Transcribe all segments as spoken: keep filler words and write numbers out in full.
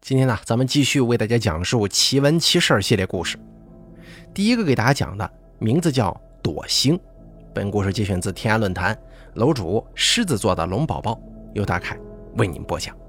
今天呢，咱们继续为大家讲述奇闻奇事系列故事。第一个给大家讲的名字叫朵星，本故事节选自天涯论坛，楼主狮子座的龙宝宝由大凯为您播讲。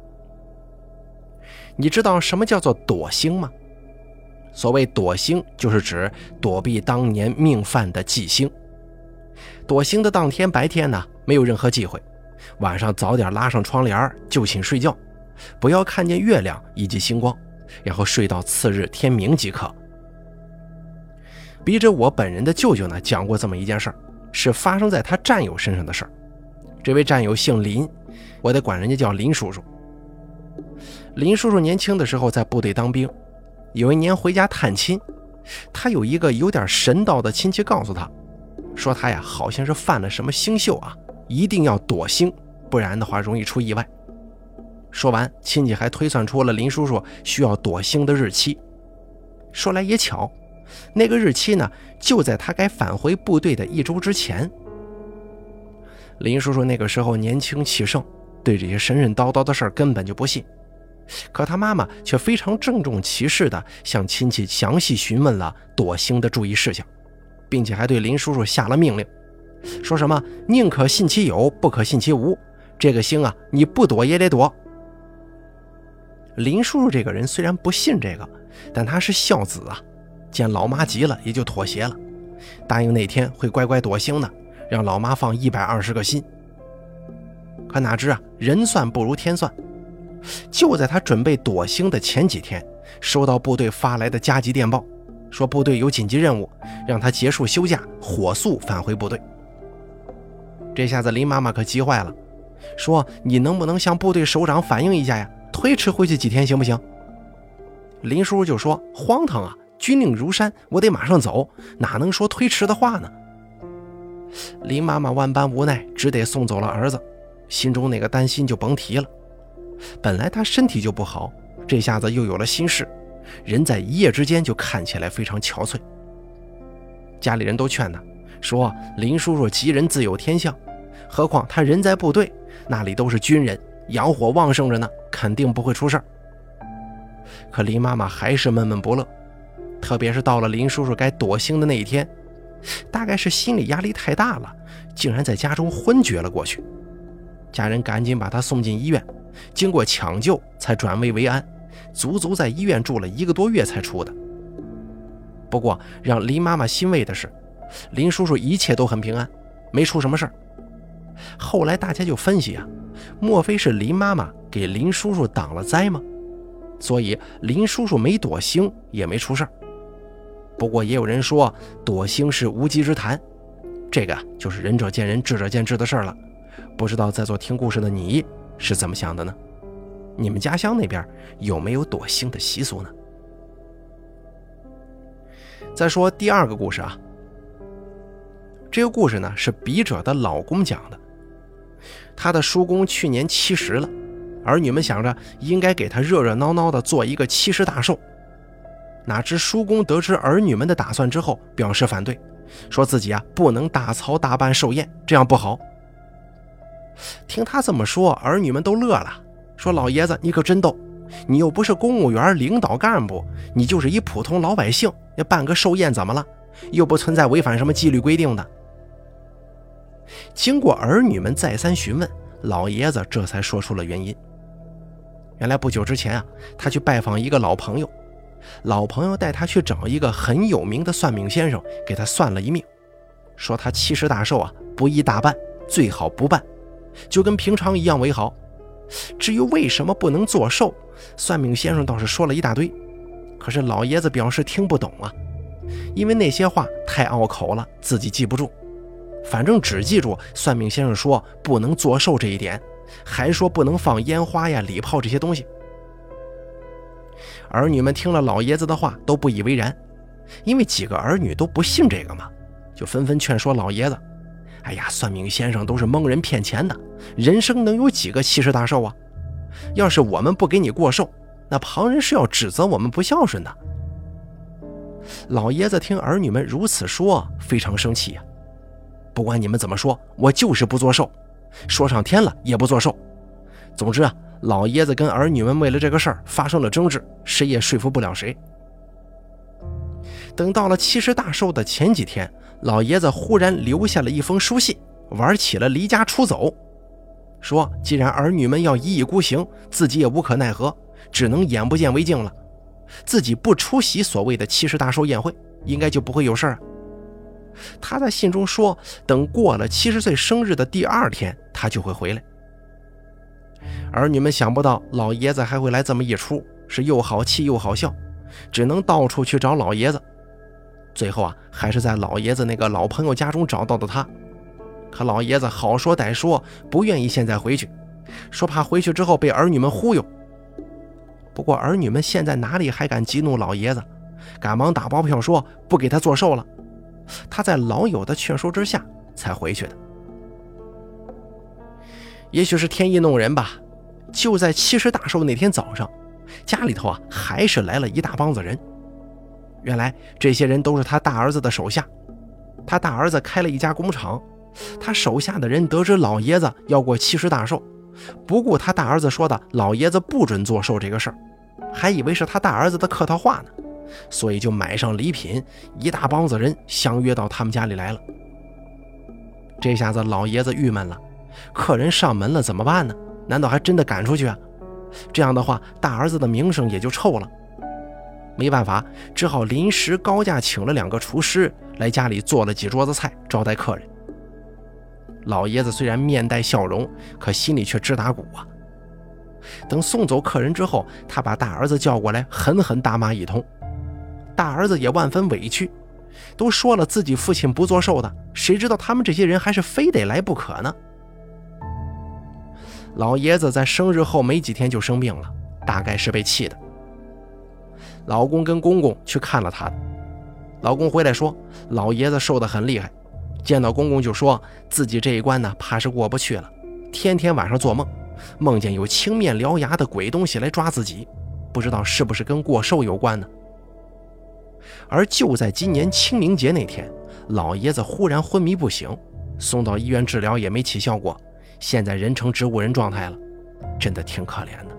你知道什么叫做朵星吗？所谓朵星，就是指躲避当年命犯的忌星。朵星的当天白天呢，没有任何忌讳，晚上早点拉上窗帘就寝睡觉，不要看见月亮以及星光，然后睡到次日天明即可。笔者我本人的舅舅呢，讲过这么一件事儿，是发生在他战友身上的事儿。这位战友姓林，我得管人家叫林叔叔。林叔叔年轻的时候在部队当兵，有一年回家探亲，他有一个有点神道的亲戚告诉他，说他呀好像是犯了什么星宿啊，一定要躲星，不然的话容易出意外。说完，亲戚还推算出了林叔叔需要躲星的日期。说来也巧，那个日期呢，就在他该返回部队的一周之前。林叔叔那个时候年轻气盛，对这些神神叨叨的事儿根本就不信。可他妈妈却非常郑重其事地向亲戚详细询问了躲星的注意事项，并且还对林叔叔下了命令，说什么宁可信其有，不可信其无，这个星啊，你不躲也得躲。林叔叔这个人虽然不信这个，但他是孝子啊，见老妈急了也就妥协了，答应那天会乖乖躲星的，让老妈放一百二十个心。可哪知啊，人算不如天算，就在他准备躲星的前几天，收到部队发来的加急电报，说部队有紧急任务，让他结束休假，火速返回部队。这下子林妈妈可急坏了，说你能不能向部队首长反映一下呀，推迟回去几天行不行？林叔叔就说荒唐啊，军令如山，我得马上走，哪能说推迟的话呢？林妈妈万般无奈，只得送走了儿子，心中那个担心就甭提了。本来他身体就不好，这下子又有了心事，人在一夜之间就看起来非常憔悴。家里人都劝他说，林叔叔吉人自有天相，何况他人在部队，那里都是军人，阳火旺盛着呢，肯定不会出事儿。可林妈妈还是闷闷不乐，特别是到了林叔叔该躲星的那一天，大概是心理压力太大了，竟然在家中昏厥了过去。家人赶紧把他送进医院，经过抢救才转危为安，足足在医院住了一个多月才出的。不过让林妈妈欣慰的是，林叔叔一切都很平安，没出什么事儿。后来大家就分析啊，莫非是林妈妈给林叔叔挡了灾吗？所以林叔叔没躲星也没出事儿。不过也有人说躲星是无稽之谈，这个就是仁者见仁，智者见智的事儿了。不知道在座听故事的你是怎么想的呢？你们家乡那边有没有躲星的习俗呢？再说第二个故事啊，这个故事呢是笔者的老公讲的。他的叔公去年七十了，儿女们想着应该给他热热闹闹的做一个七十大寿。哪知叔公得知儿女们的打算之后，表示反对，说自己啊不能大操大办寿宴，这样不好。听他这么说，儿女们都乐了，说老爷子你可真逗，你又不是公务员领导干部，你就是一普通老百姓，要办个寿宴怎么了？又不存在违反什么纪律规定的。经过儿女们再三询问，老爷子这才说出了原因。原来不久之前啊，他去拜访一个老朋友，老朋友带他去找一个很有名的算命先生，给他算了一命，说他七十大寿啊不宜大办，最好不办，就跟平常一样为好。至于为什么不能做寿，算命先生倒是说了一大堆，可是老爷子表示听不懂啊，因为那些话太拗口了，自己记不住，反正只记住算命先生说不能做寿这一点，还说不能放烟花呀、礼炮这些东西。儿女们听了老爷子的话都不以为然，因为几个儿女都不信这个嘛，就纷纷劝说老爷子，哎呀，算命先生都是蒙人骗钱的，人生能有几个七十大寿啊？要是我们不给你过寿，那旁人是要指责我们不孝顺的。老爷子听儿女们如此说，非常生气呀、啊！不管你们怎么说，我就是不做寿，说上天了也不做寿。总之啊， 老爷子跟儿女们为了这个事儿发生了争执，谁也说服不了谁。等到了七十大寿的前几天，老爷子忽然留下了一封书信，玩起了离家出走，说既然儿女们要一意孤行，自己也无可奈何，只能眼不见为净了，自己不出席所谓的七十大寿宴会，应该就不会有事儿啊。他在信中说，等过了七十岁生日的第二天，他就会回来。儿女们想不到老爷子还会来这么一出，是又好气又好笑，只能到处去找老爷子。最后啊，还是在老爷子那个老朋友家中找到的他。可老爷子好说歹说，不愿意现在回去，说怕回去之后被儿女们忽悠。不过儿女们现在哪里还敢激怒老爷子，赶忙打包票说不给他做寿了。他在老友的劝说之下才回去的。也许是天意弄人吧，就在七十大寿那天早上，家里头啊还是来了一大帮子人。原来这些人都是他大儿子的手下，他大儿子开了一家工厂，他手下的人得知老爷子要过七十大寿，不顾他大儿子说的老爷子不准做寿这个事儿，还以为是他大儿子的客套话呢，所以就买上礼品，一大帮子人相约到他们家里来了。这下子老爷子郁闷了，客人上门了怎么办呢？难道还真的赶出去啊？这样的话大儿子的名声也就臭了。没办法，只好临时高价请了两个厨师来家里做了几桌子菜招待客人。老爷子虽然面带笑容，可心里却直打鼓啊。等送走客人之后，他把大儿子叫过来狠狠大骂一通。大儿子也万分委屈，都说了自己父亲不做寿的，谁知道他们这些人还是非得来不可呢。老爷子在生日后没几天就生病了，大概是被气的。老公跟公公去看了他的，老公回来说老爷子瘦得很厉害，见到公公就说自己这一关呢怕是过不去了，天天晚上做梦，梦见有青面獠牙的鬼东西来抓自己，不知道是不是跟过寿有关呢。而就在今年清明节那天，老爷子忽然昏迷不醒，送到医院治疗也没起效果，现在人成植物人状态了，真的挺可怜的。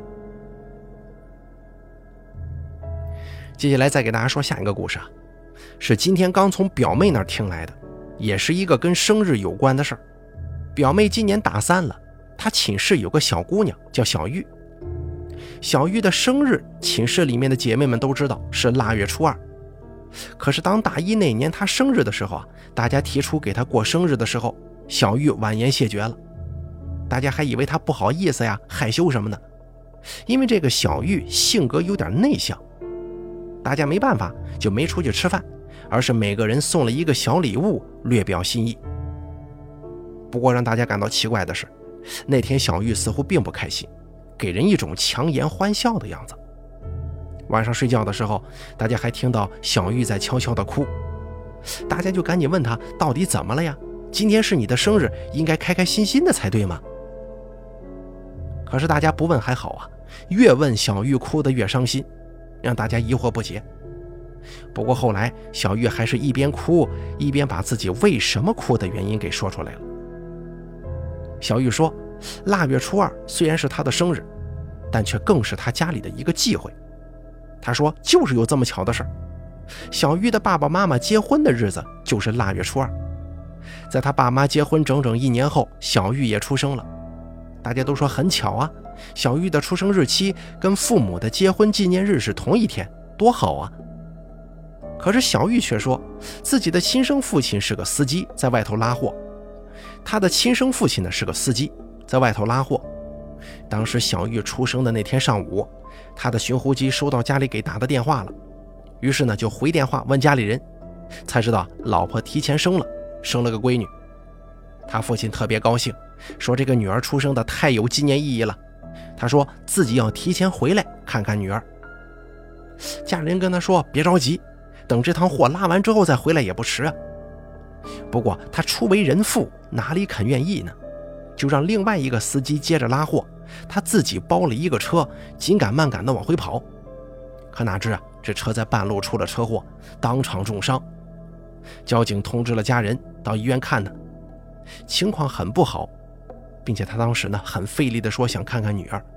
接下来再给大家说下一个故事啊，是今天刚从表妹那儿听来的，也是一个跟生日有关的事儿。表妹今年大三了，她寝室有个小姑娘叫小玉。小玉的生日，寝室里面的姐妹们都知道是腊月初二。可是当大一那年她生日的时候啊，大家提出给她过生日的时候，小玉婉言谢绝了。大家还以为她不好意思呀、害羞什么的，因为这个小玉性格有点内向。大家没办法，就没出去吃饭，而是每个人送了一个小礼物，略表心意。不过让大家感到奇怪的是，那天小玉似乎并不开心，给人一种强颜欢笑的样子。晚上睡觉的时候，大家还听到小玉在悄悄地哭，大家就赶紧问她到底怎么了呀？今天是你的生日，应该开开心心的才对吗？可是大家不问还好啊，越问小玉哭得越伤心，让大家疑惑不解。不过后来小玉还是一边哭一边把自己为什么哭的原因给说出来了。小玉说，腊月初二虽然是她的生日，但却更是她家里的一个忌讳。她说就是有这么巧的事儿，小玉的爸爸妈妈结婚的日子就是腊月初二，在她爸妈结婚整整一年后，小玉也出生了。大家都说很巧啊，小玉的出生日期跟父母的结婚纪念日是同一天，多好啊。可是小玉却说自己的亲生父亲是个司机，在外头拉货，他的亲生父亲呢是个司机，在外头拉货。当时小玉出生的那天上午，他的寻呼机收到家里给打的电话了，于是呢就回电话问家里人，才知道老婆提前生了，生了个闺女。他父亲特别高兴，说这个女儿出生的太有纪念意义了，他说自己要提前回来看看女儿。家人跟他说别着急，等这趟货拉完之后再回来也不迟啊。不过他初为人父，哪里肯愿意呢，就让另外一个司机接着拉货，他自己包了一个车，紧赶慢赶的往回跑。可哪知啊，这车在半路出了车祸，当场重伤。交警通知了家人到医院看他，情况很不好，并且他当时呢很费力地说想看看女儿。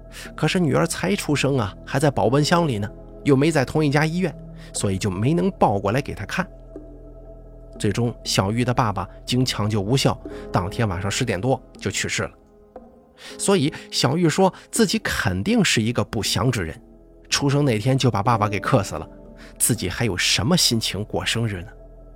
可是女儿才出生啊，还在保温箱里呢，又没在同一家医院，所以就没能抱过来给她看。最终小玉的爸爸经抢救无效，当天晚上十点多就去世了。所以小玉说自己肯定是一个不祥之人，出生那天就把爸爸给克死了，自己还有什么心情过生日呢？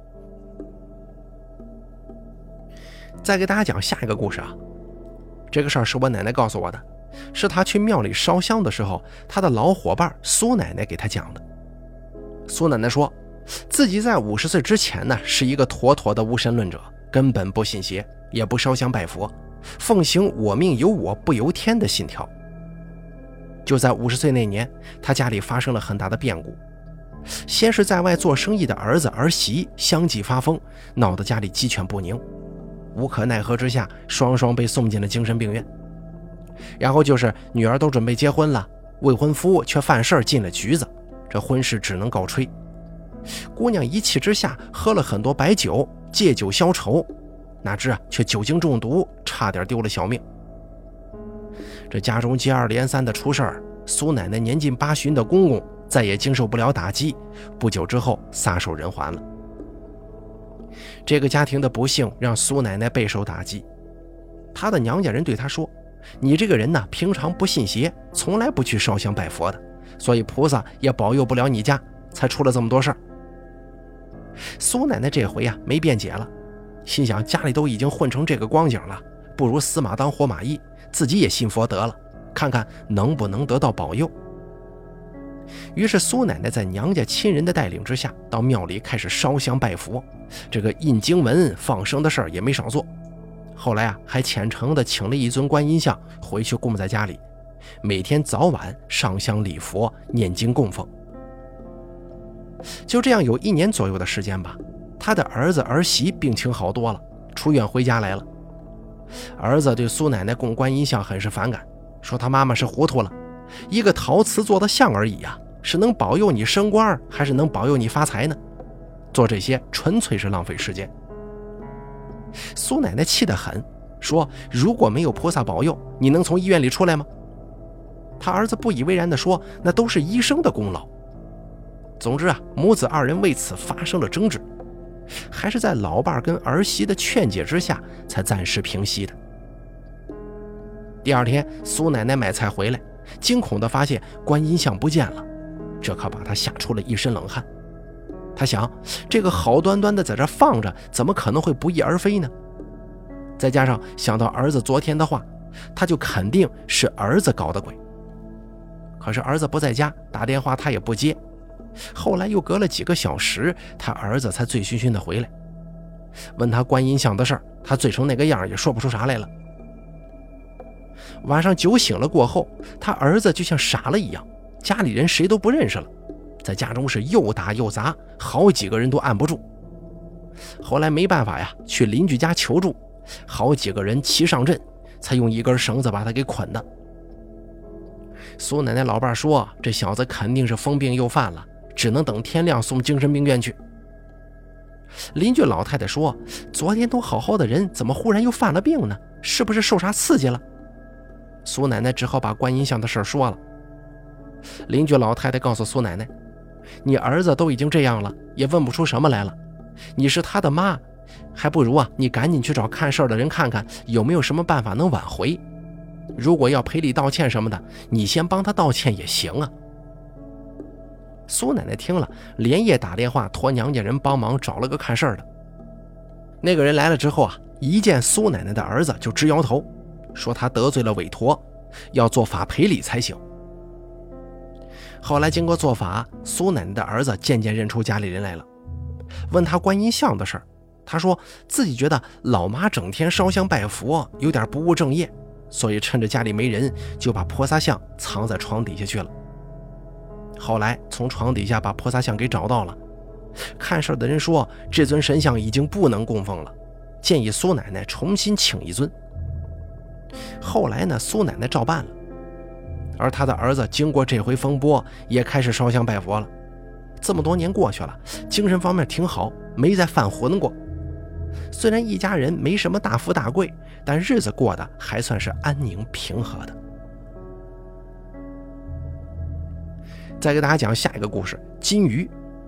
再给大家讲下一个故事啊，这个事儿是我奶奶告诉我的，是她去庙里烧香的时候，她的老伙伴苏奶奶给她讲的。苏奶奶说自己在五十岁之前呢，是一个妥妥的无神论者，根本不信邪，也不烧香拜佛，奉行我命由我不由天的信条。就在五十岁那年，他家里发生了很大的变故。先是在外做生意的儿子儿媳相继发疯，闹得家里鸡犬不宁，无可奈何之下，双双被送进了精神病院。然后就是女儿都准备结婚了，未婚夫却犯事儿进了局子，这婚事只能告吹。姑娘一气之下喝了很多白酒，借酒消愁，哪知啊却酒精中毒，差点丢了小命。这家中接二连三的出事儿，苏奶奶年近八旬的公公再也经受不了打击，不久之后撒手人寰了。这个家庭的不幸让苏奶奶备受打击，她的娘家人对她说，你这个人呢，平常不信邪，从来不去烧香拜佛的，所以菩萨也保佑不了你家，才出了这么多事儿。苏奶奶这回啊没辩解了，心想家里都已经混成这个光景了，不如死马当活马医，自己也信佛得了，看看能不能得到保佑。于是苏奶奶在娘家亲人的带领之下，到庙里开始烧香拜佛，这个印经文放生的事儿也没少做。后来啊还虔诚地请了一尊观音像回去供在家里，每天早晚上香礼佛，念经供奉。就这样有一年左右的时间吧，他的儿子儿媳病情好多了，出院回家来了。儿子对苏奶奶供观音像很是反感，说他妈妈是糊涂了，一个陶瓷做的像而已啊，是能保佑你升官还是能保佑你发财呢？做这些纯粹是浪费时间。苏奶奶气得很，说如果没有菩萨保佑，你能从医院里出来吗？他儿子不以为然地说，那都是医生的功劳。总之啊，母子二人为此发生了争执，还是在老伴跟儿媳的劝解之下才暂时平息的。第二天苏奶奶买菜回来，惊恐地发现观音像不见了，这可把她吓出了一身冷汗。她想，这个好端端的在这放着，怎么可能会不翼而飞呢？再加上想到儿子昨天的话，她就肯定是儿子搞的鬼。可是儿子不在家，打电话他也不接。后来又隔了几个小时，他儿子才醉醺醺的回来，问他观音像的事儿，他醉成那个样也说不出啥来了。晚上酒醒了过后，他儿子就像傻了一样，家里人谁都不认识了，在家中是又打又砸，好几个人都按不住。后来没办法呀，去邻居家求助，好几个人齐上阵，才用一根绳子把他给捆的。苏奶奶老伴说，这小子肯定是疯病又犯了，只能等天亮送精神病院去。邻居老太太说，昨天都好好的人，怎么忽然又犯了病呢？是不是受啥刺激了？苏奶奶只好把观音像的事说了。邻居老太太告诉苏奶奶，你儿子都已经这样了，也问不出什么来了，你是他的妈，还不如啊你赶紧去找看事儿的人看看，有没有什么办法能挽回。如果要赔礼道歉什么的，你先帮他道歉也行啊。苏奶奶听了，连夜打电话托娘家人帮忙找了个看事儿的。那个人来了之后啊，一见苏奶奶的儿子就直摇头，说他得罪了韦陀，要做法赔礼才行。后来经过做法，苏奶奶的儿子渐渐认出家里人来了，问他观音像的事儿，他说自己觉得老妈整天烧香拜佛，有点不务正业，所以趁着家里没人，就把菩萨像藏在床底下去了。后来从床底下把菩萨像给找到了，看事的人说这尊神像已经不能供奉了，建议苏奶奶重新请一尊。后来呢，苏奶奶照办了，而他的儿子经过这回风波，也开始烧香拜佛了。这么多年过去了，精神方面挺好，没再犯浑过。虽然一家人没什么大富大贵，但日子过得还算是安宁平和的。 再给大家讲下一个故事，金鱼。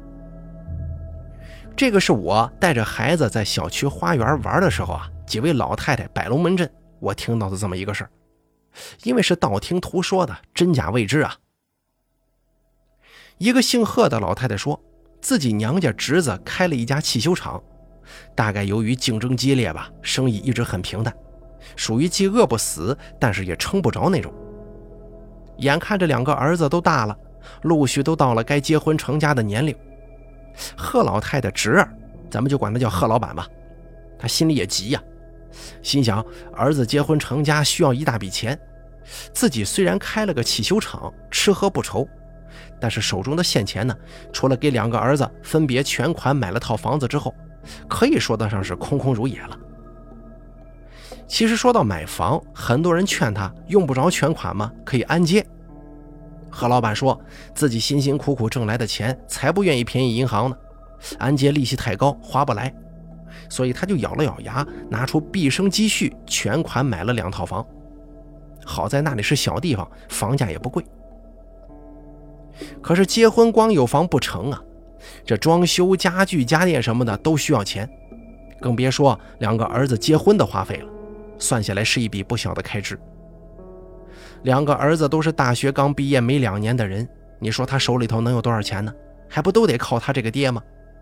这个是我带着孩子在小区花园玩的时候啊，几位老太太摆龙门阵，我听到的这么一个事儿。因为是道听途说的，真假未知啊。一个姓贺的老太太说，自己娘家侄子开了一家汽修厂，大概由于竞争激烈吧，生意一直很平淡，属于既饿不死，但是也撑不着那种。眼看着两个儿子都大了，陆续都到了该结婚成家的年龄。贺老太太侄儿，咱们就管他叫贺老板吧，他心里也急呀、啊，心想儿子结婚成家需要一大笔钱，自己虽然开了个汽修厂，吃喝不愁，但是手中的现钱呢，除了给两个儿子分别全款买了套房子之后，可以说得上是空空如也了。其实说到买房，很多人劝他用不着全款吗？可以按揭。贺老板说自己辛辛苦苦挣来的钱才不愿意便宜银行呢，按揭利息太高划不来，所以他就咬了咬牙，拿出毕生积蓄全款买了两套房。好在那里是小地方，房价也不贵。可是结婚光有房不成啊，这装修家具家电什么的都需要钱，更别说两个儿子结婚的花费了，算下来是一笔不小的开支。两个儿子都是大学刚毕业没两年的人，你说他手里头能有多少钱呢？还不都得靠他这个爹吗？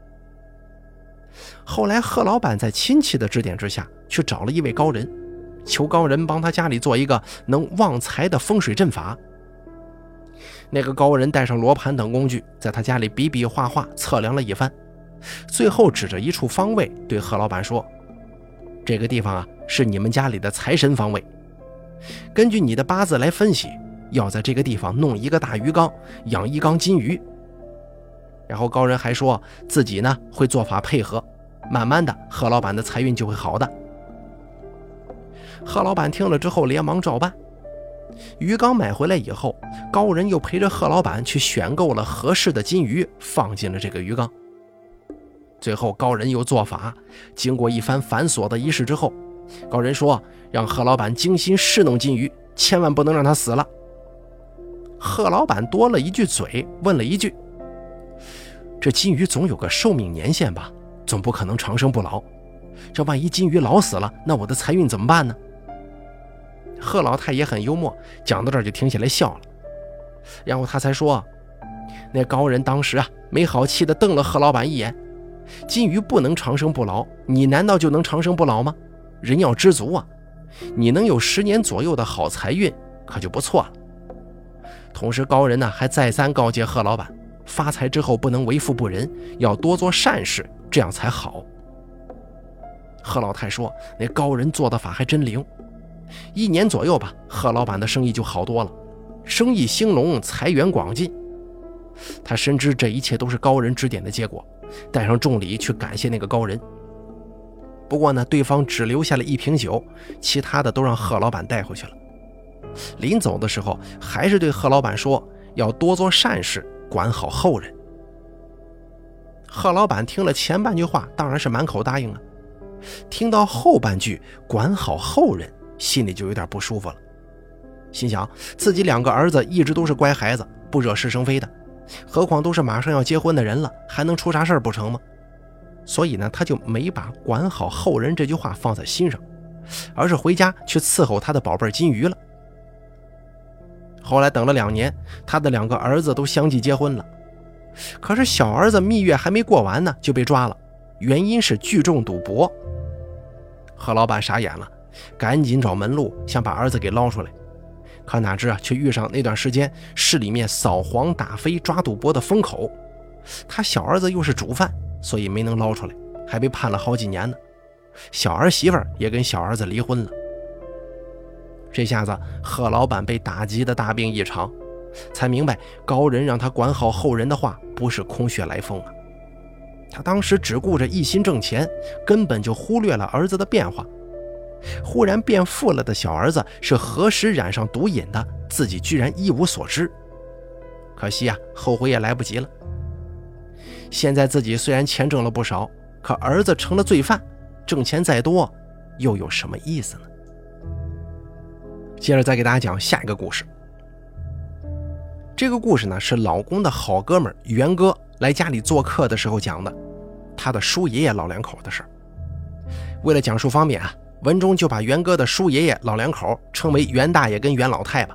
后来贺老板在亲戚的指点之下，去找了一位高人，求高人帮他家里做一个能旺财的风水阵法。那个高人带上罗盘等工具，在他家里比比划划测量了一番，最后指着一处方位对贺老板说，这个地方啊是你们家里的财神方位，根据你的八字来分析，要在这个地方弄一个大鱼缸，养一缸金鱼。然后高人还说自己呢会做法配合，慢慢的贺老板的财运就会好的。贺老板听了之后连忙照办，鱼缸买回来以后，高人又陪着贺老板去选购了合适的金鱼，放进了这个鱼缸。最后高人又做法，经过一番繁琐的仪式之后，高人说让贺老板精心侍弄金鱼，千万不能让他死了。贺老板多了一句嘴，问了一句，这金鱼总有个寿命年限吧，总不可能长生不老，这万一金鱼老死了，那我的财运怎么办呢？贺老太也很幽默，讲到这儿就停下来笑了。然后他才说，那高人当时啊没好气地瞪了贺老板一眼，金鱼不能长生不老，你难道就能长生不老吗？人要知足啊，你能有十年左右的好财运可就不错了。同时高人呢还再三告诫贺老板，发财之后不能为富不仁，要多做善事，这样才好。贺老太说那高人做的法还真灵，一年左右吧，贺老板的生意就好多了，生意兴隆，财源广进。他深知这一切都是高人指点的结果，带上重礼去感谢那个高人。不过呢，对方只留下了一瓶酒，其他的都让贺老板带回去了。临走的时候还是对贺老板说要多做善事，管好后人。贺老板听了前半句话当然是满口答应啊，听到后半句管好后人，心里就有点不舒服了，心想自己两个儿子一直都是乖孩子，不惹是生非的，何况都是马上要结婚的人了，还能出啥事儿不成吗？所以呢，他就没把管好后人这句话放在心上，而是回家去伺候他的宝贝金鱼了。后来等了两年，他的两个儿子都相继结婚了，可是小儿子蜜月还没过完呢就被抓了，原因是聚众赌博。贺老板傻眼了，赶紧找门路想把儿子给捞出来，可哪知啊，却遇上那段时间市里面扫黄打非抓赌博的风口，他小儿子又是主犯，所以没能捞出来，还被判了好几年呢。小儿媳妇儿也跟小儿子离婚了。这下子贺老板被打击的大病一场，才明白高人让他管好后人的话不是空穴来风啊。他当时只顾着一心挣钱，根本就忽略了儿子的变化。忽然变富了的小儿子是何时染上毒瘾的，自己居然一无所知。可惜啊，后悔也来不及了。现在自己虽然钱挣了不少，可儿子成了罪犯，挣钱再多又有什么意思呢？接着再给大家讲下一个故事。 这个故事呢是老公的好哥们袁哥来家里做客的时候讲的，他的叔爷爷老两口的事。为了讲述方便啊，文中就把袁哥的叔爷爷老两口称为袁大爷跟袁老太吧。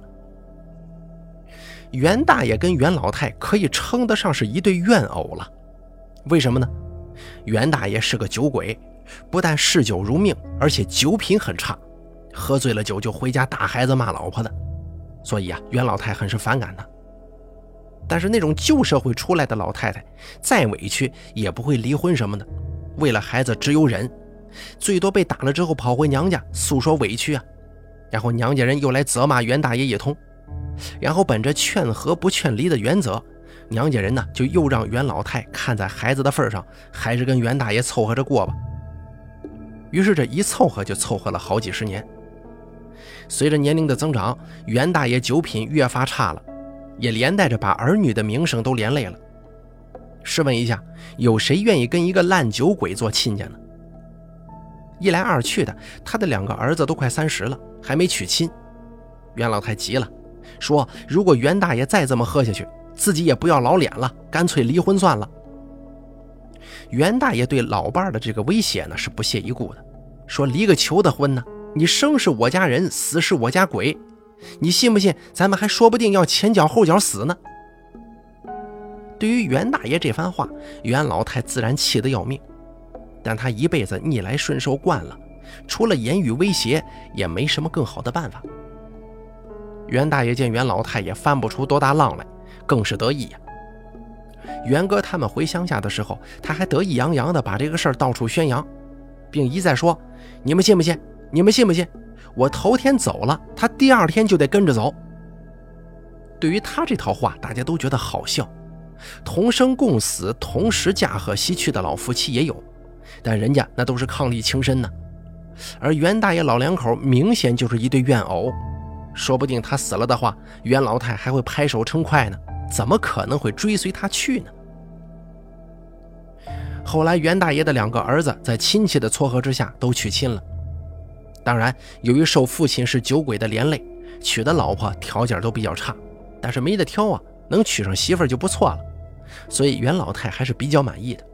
袁大爷跟袁老太可以称得上是一对怨偶了。为什么呢？袁大爷是个酒鬼，不但嗜酒如命，而且酒品很差，喝醉了酒就回家打孩子骂老婆的，所以啊，袁老太很是反感他。但是那种旧社会出来的老太太，再委屈也不会离婚什么的，为了孩子只有忍，最多被打了之后跑回娘家诉说委屈啊，然后娘家人又来责骂袁大爷一通，然后本着劝和不劝离的原则，娘家人呢就又让袁老太看在孩子的份上，还是跟袁大爷凑合着过吧。于是这一凑合就凑合了好几十年。随着年龄的增长，袁大爷酒品越发差了，也连带着把儿女的名声都连累了。试问一下，有谁愿意跟一个烂酒鬼做亲家呢？一来二去的，他的两个儿子都快三十了，还没娶亲。袁老太急了，说如果袁大爷再这么喝下去，自己也不要老脸了，干脆离婚算了。袁大爷对老伴的这个威胁呢是不屑一顾的，说离个球的婚呢，你生是我家人，死是我家鬼，你信不信咱们还说不定要前脚后脚死呢。对于袁大爷这番话，袁老太自然气得要命，但他一辈子逆来顺受惯了，除了言语威胁也没什么更好的办法。袁大爷见袁老太也翻不出多大浪来，更是得意呀。袁哥他们回乡下的时候，他还得意洋洋地把这个事儿到处宣扬，并一再说，你们信不信？你们信不信？我头天走了，他第二天就得跟着走。对于他这套话，大家都觉得好笑。同生共死，同时驾鹤西去的老夫妻也有，但人家那都是伉俪情深呢。而袁大爷老两口明显就是一对怨偶，说不定他死了的话，袁老太还会拍手称快呢，怎么可能会追随他去呢？后来袁大爷的两个儿子在亲戚的撮合之下都娶亲了，当然由于受父亲是酒鬼的连累，娶的老婆条件都比较差，但是没得挑啊，能娶上媳妇儿就不错了，所以袁老太还是比较满意的。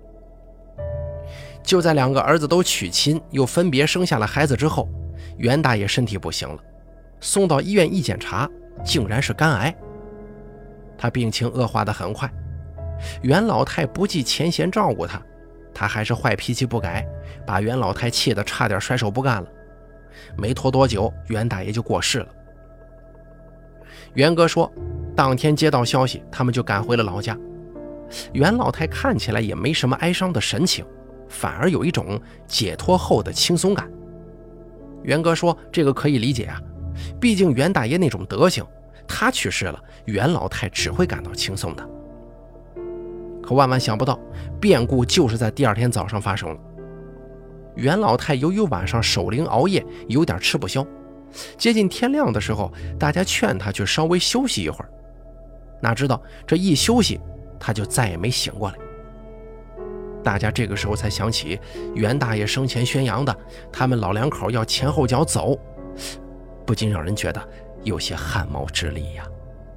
就在两个儿子都娶亲又分别生下了孩子之后，袁大爷身体不行了，送到医院一检查，竟然是肝癌。他病情恶化得很快，袁老太不计前嫌照顾他，他还是坏脾气不改，把袁老太气得差点甩手不干了。没拖多久，袁大爷就过世了。袁哥说，当天接到消息，他们就赶回了老家。袁老太看起来也没什么哀伤的神情，反而有一种解脱后的轻松感。袁哥说，这个可以理解啊，毕竟袁大爷那种德行，他去世了，袁老太只会感到轻松的。可万万想不到，变故就是在第二天早上发生了。袁老太由于晚上守灵熬夜，有点吃不消，接近天亮的时候，大家劝他去稍微休息一会儿，哪知道这一休息，他就再也没醒过来。大家这个时候才想起袁大爷生前宣扬的他们老两口要前后脚走，不禁让人觉得有些汗毛直立呀。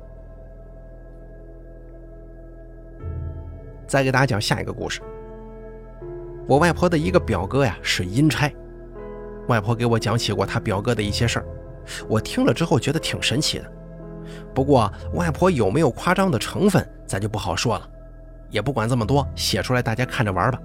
再给大家讲下一个故事。我外婆的一个表哥呀是阴差，外婆给我讲起过他表哥的一些事儿，我听了之后觉得挺神奇的。不过外婆有没有夸张的成分咱就不好说了，也不管这么多，写出来大家看着玩吧。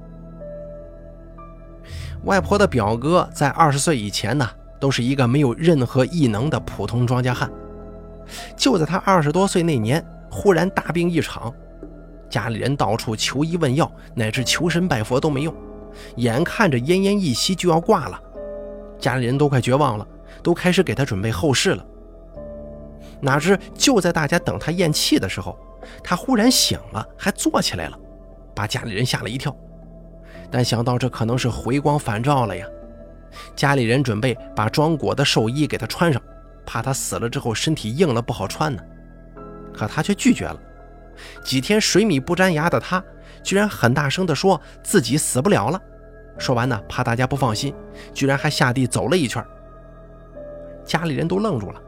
外婆的表哥在二十岁以前呢，都是一个没有任何异能的普通庄稼汉。就在他二十多岁那年，忽然大病一场，家里人到处求医问药，乃至求神拜佛都没用，眼看着奄奄一息就要挂了，家里人都快绝望了，都开始给他准备后事了。哪知就在大家等他咽气的时候，他忽然醒了，还坐起来了，把家里人吓了一跳。但想到这可能是回光返照了呀，家里人准备把装裹的寿衣给他穿上，怕他死了之后身体硬了不好穿呢。可他却拒绝了。几天水米不沾牙的他，居然很大声地说自己死不了了。说完呢，怕大家不放心，居然还下地走了一圈。家里人都愣住了，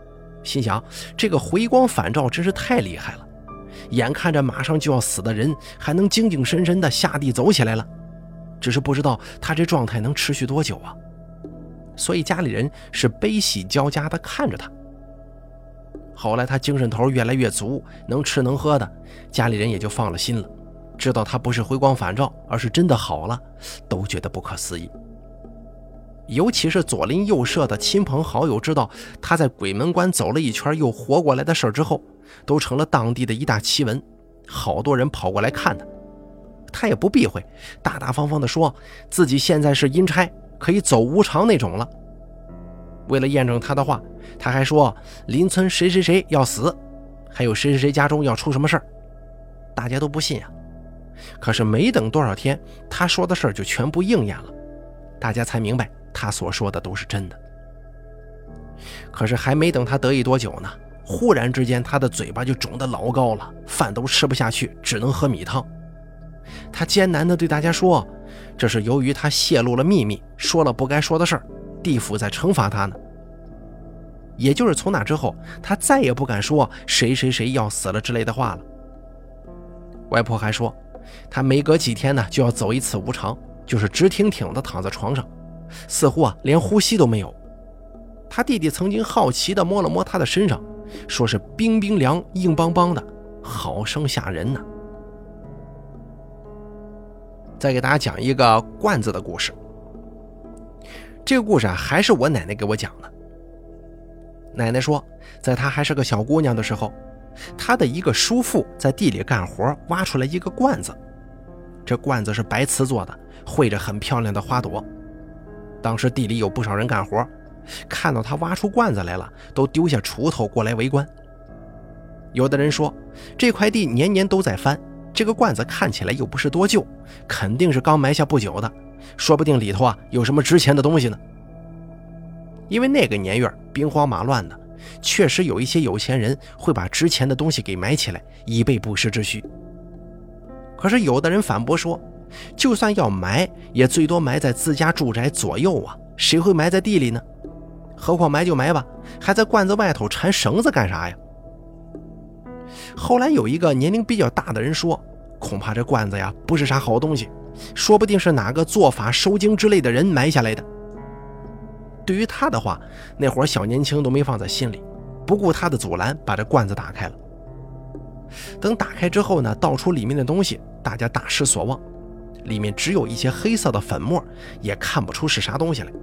心想这个回光返照真是太厉害了，眼看着马上就要死的人还能精精神神的下地走起来了，只是不知道他这状态能持续多久啊。所以家里人是悲喜交加的看着他。后来他精神头越来越足，能吃能喝的，家里人也就放了心了，知道他不是回光返照，而是真的好了，都觉得不可思议。尤其是左邻右舍的亲朋好友知道他在鬼门关走了一圈又活过来的事之后，都成了当地的一大奇闻，好多人跑过来看他。他也不避讳，大大方方地说自己现在是阴差，可以走无常那种了。为了验证他的话，他还说邻村谁谁谁要死，还有谁谁谁家中要出什么事儿。大家都不信啊。可是没等多少天，他说的事儿就全部应验了，大家才明白他所说的都是真的。可是还没等他得意多久呢，忽然之间他的嘴巴就肿得老高了，饭都吃不下去，只能喝米汤。他艰难地对大家说，这是由于他泄露了秘密，说了不该说的事儿，地府在惩罚他呢。也就是从那之后，他再也不敢说谁谁谁要死了之类的话了。外婆还说，他每隔几天呢就要走一次无常，就是直挺挺地躺在床上，似乎啊连呼吸都没有。他弟弟曾经好奇地摸了摸他的身上，说是冰冰凉硬邦邦的，好生吓人呢。再给大家讲一个罐子的故事。这个故事啊还是我奶奶给我讲的。奶奶说，在她还是个小姑娘的时候，她的一个叔父在地里干活，挖出来一个罐子。这罐子是白瓷做的，绘着很漂亮的花朵。当时地里有不少人干活，看到他挖出罐子来了，都丢下锄头过来围观。有的人说，这块地年年都在翻，这个罐子看起来又不是多旧，肯定是刚埋下不久的，说不定里头啊有什么值钱的东西呢。因为那个年月兵荒马乱的，确实有一些有钱人会把值钱的东西给埋起来，以备不时之需。可是有的人反驳说，就算要埋，也最多埋在自家住宅左右啊，谁会埋在地里呢？何况埋就埋吧，还在罐子外头缠绳子干啥呀？后来有一个年龄比较大的人说，恐怕这罐子呀不是啥好东西，说不定是哪个做法收经之类的人埋下来的。对于他的话，那会儿小年轻都没放在心里，不顾他的阻拦，把这罐子打开了。等打开之后呢，倒出里面的东西，大家大失所望，里面只有一些黑色的粉末，也看不出是啥东西来。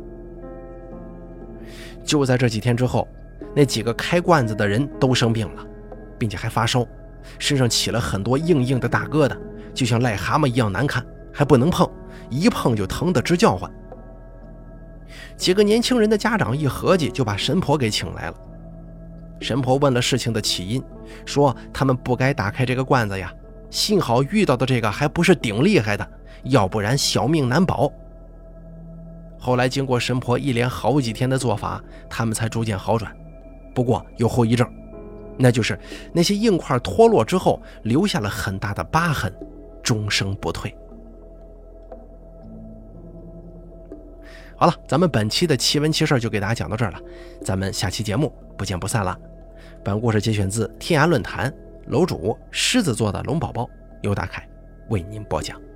就在这几天之后，那几个开罐子的人都生病了，并且还发烧，身上起了很多硬硬的大疙瘩，就像癞蛤蟆一样难看，还不能碰，一碰就疼得直叫唤。几个年轻人的家长一合计，就把神婆给请来了。神婆问了事情的起因，说他们不该打开这个罐子呀，幸好遇到的这个还不是顶厉害的，要不然小命难保。后来经过神婆一连好几天的做法，他们才逐渐好转。不过有后遗症，那就是那些硬块脱落之后留下了很大的疤痕，终生不退。好了，咱们本期的奇闻奇事就给大家讲到这儿了，咱们下期节目不见不散了。本故事节选自天涯论坛，楼主狮子座的龙宝宝由大凯为您播讲。